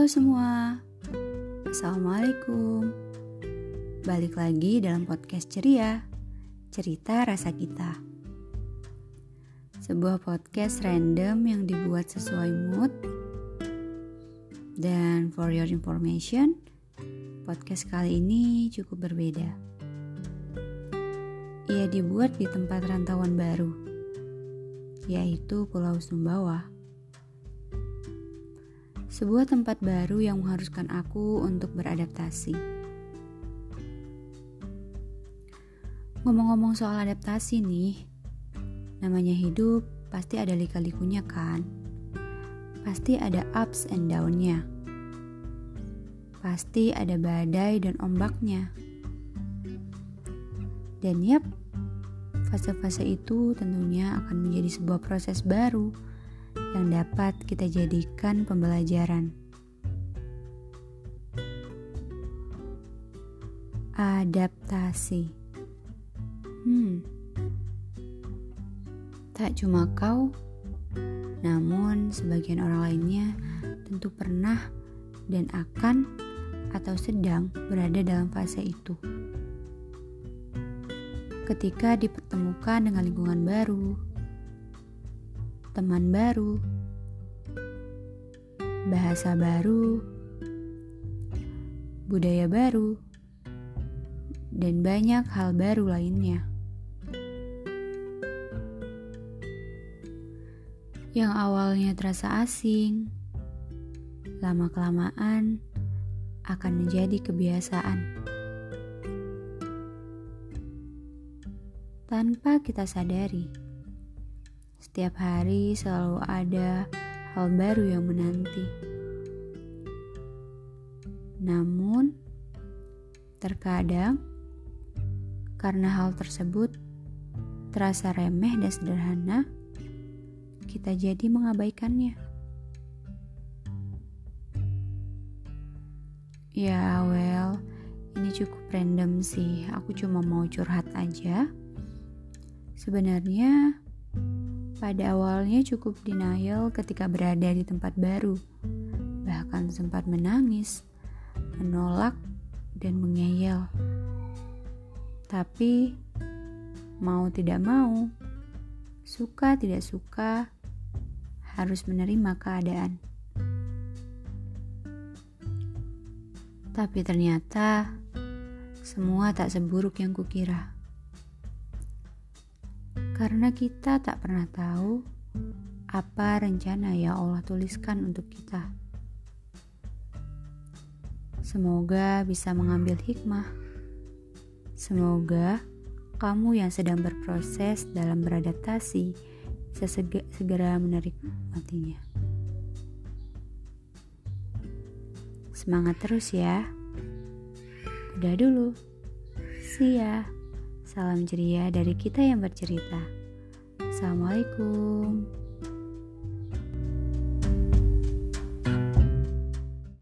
Halo semua, Assalamualaikum. Balik lagi dalam podcast Ceria, Cerita Rasa Kita. Sebuah podcast random yang dibuat sesuai mood. Dan for your information, podcast kali ini cukup berbeda. Ia dibuat di tempat rantauan baru, yaitu Pulau Sumbawa. Sebuah tempat baru yang mengharuskan aku untuk beradaptasi. Ngomong-ngomong soal adaptasi nih, namanya hidup pasti ada lika-likunya kan? Pasti ada ups and down-nya. Pasti ada badai dan ombaknya. Dan yap, fase-fase itu tentunya akan menjadi sebuah proses baru yang dapat kita jadikan pembelajaran. Adaptasi. Tak cuma kau, namun sebagian orang lainnya tentu pernah dan akan atau sedang berada dalam fase itu. Ketika dipertemukan dengan lingkungan baru, teman baru, bahasa baru, budaya baru, dan banyak hal baru lainnya. Yang awalnya terasa asing, lama-kelamaan akan menjadi kebiasaan. Tanpa kita sadari, setiap hari selalu ada hal baru yang menanti. Namun, terkadang karena hal tersebut terasa remeh dan sederhana, kita jadi mengabaikannya. Ya, well, ini cukup random sih. Aku cuma mau curhat aja. Sebenarnya pada awalnya cukup denial ketika berada di tempat baru, bahkan sempat menangis, menolak, dan mengeyel. Tapi, mau tidak mau, suka tidak suka, harus menerima keadaan. Tapi ternyata, semua tak seburuk yang kukira. Karena kita tak pernah tahu apa rencana yang Allah tuliskan untuk kita. Semoga bisa mengambil hikmah. Semoga kamu yang sedang berproses dalam beradaptasi bisa segera menikmatinya. Semangat terus ya. Udah dulu. See ya. Salam ceria dari kita yang bercerita. Assalamualaikum.